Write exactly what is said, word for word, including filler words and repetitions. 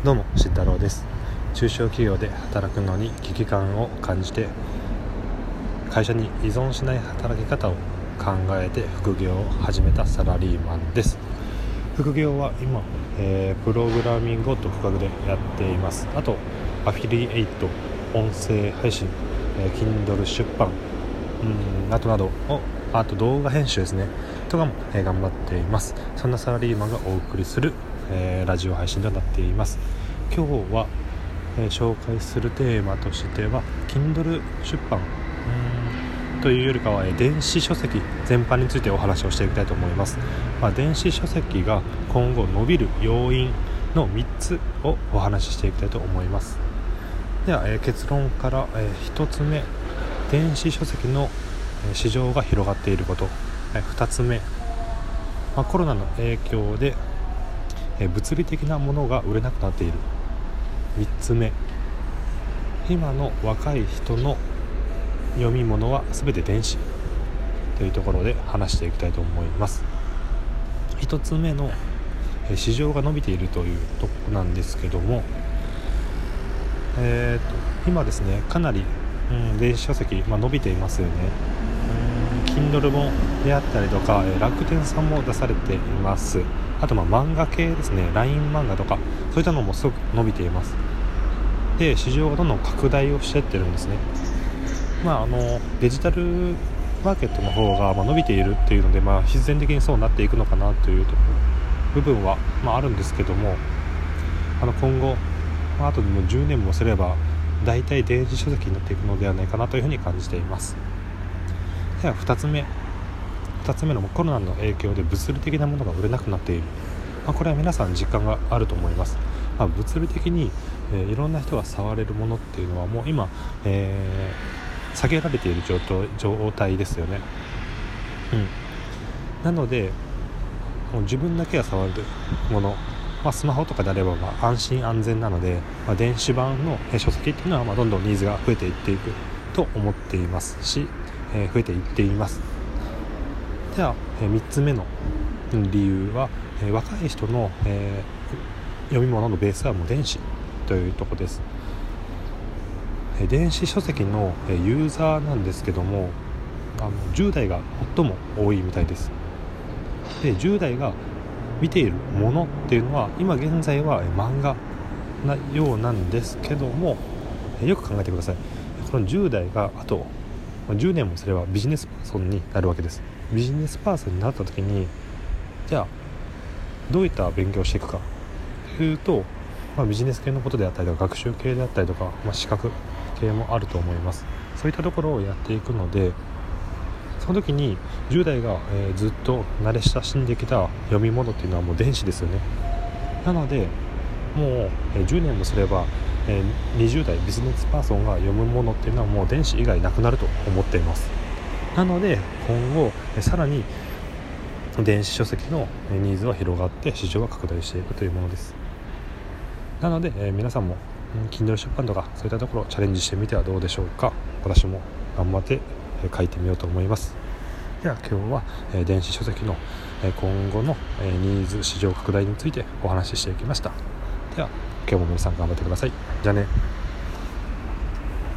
どうも慎太郎です。中小企業で働くのに危機感を感じて、会社に依存しない働き方を考えて副業を始めたサラリーマンです。副業は今、えー、プログラミングを独学でやっています。あとアフィリエイト、音声配信、えー、Kindle 出版、うんなどなどをあと動画編集ですねとかも、えー、頑張っています。そんなサラリーマンがお送りする、えー、ラジオ配信となっています。今日は、えー、紹介するテーマとしては Kindle 出版うーんというよりかは、えー、電子書籍全般についてお話をしていきたいと思います。まあ、電子書籍が今後伸びる要因のみっつをお話ししていきたいと思います。では、えー、結論から、えー、ひとつめ、電子書籍の市場が広がっていること。ふたつめ、まあ、コロナの影響で物理的なものが売れなくなっている。みっつめ、今の若い人の読み物は全て電子というところで話していきたいと思います。ひとつめの市場が伸びているというところなんですけども、えー、と今ですねかなり、うん、電子書籍、まあ、伸びていますよね。Kindle 本であったりとか、楽天さんも出されています。あとまあ漫画系ですね、 ライン 漫画とかそういったのもすごく伸びています。で、市場がどんどん拡大をしていってるんですね。まああのデジタルマーケットの方がまあ伸びているっていうので、まあ必然的にそうなっていくのかなというと部分はまああるんですけども、あの今後、まあ、あともうじゅうねんもすれば大体電子書籍になっていくのではないかなというふうに感じています。ではふたつめふたつめのコロナの影響で物理的なものが売れなくなっている。まあ、これは皆さん実感があると思います。まあ、物理的に、えー、いろんな人が触れるものっていうのはもう今、えー、下げられている状態、状態ですよね。うん、なのでもう自分だけが触れるもの、まあ、スマホとかであればまあ安心安全なので、まあ、電子版の書籍っていうのはまあどんどんニーズが増えていっていくと思っていますし、えー、増えていっています。では、えー、みっつめの理由は、えー、若い人の、えー、読み物のベースはもう電子というところです。えー、電子書籍の、えー、ユーザーなんですけども、あのじゅう代が最も多いみたいです。で、じゅう代が見ているものっていうのは今現在は、えー、漫画なようなんですけども、えー、よく考えてください。このじゅう代があとじゅうねんもすればビジネスパーソンになるわけです。ビジネスパーソンになった時に、じゃあどういった勉強をしていくかというと、まあ、ビジネス系のことであったりとか学習系であったりとか、まあ、資格系もあると思います。そういったところをやっていくので、その時にじゅう代が、えー、ずっと慣れ親しんできた読み物っていうのはもう電子ですよね。なのでもう、えー、じゅうねんもすればえー、にじゅう代ビジネスパーソンが読むものっていうのはもう電子以外なくなると思っています。なので今後、えー、さらに電子書籍のニーズは広がって市場が拡大していくというものです。なので、えー、皆さんも Kindle 出版とかそういったところチャレンジしてみてはどうでしょうか。私も頑張って、えー、書いてみようと思います。では今日は、えー、電子書籍の、えー、今後の、えー、ニーズ市場拡大についてお話ししていきました。では今日も皆さん頑張ってください。じゃあね。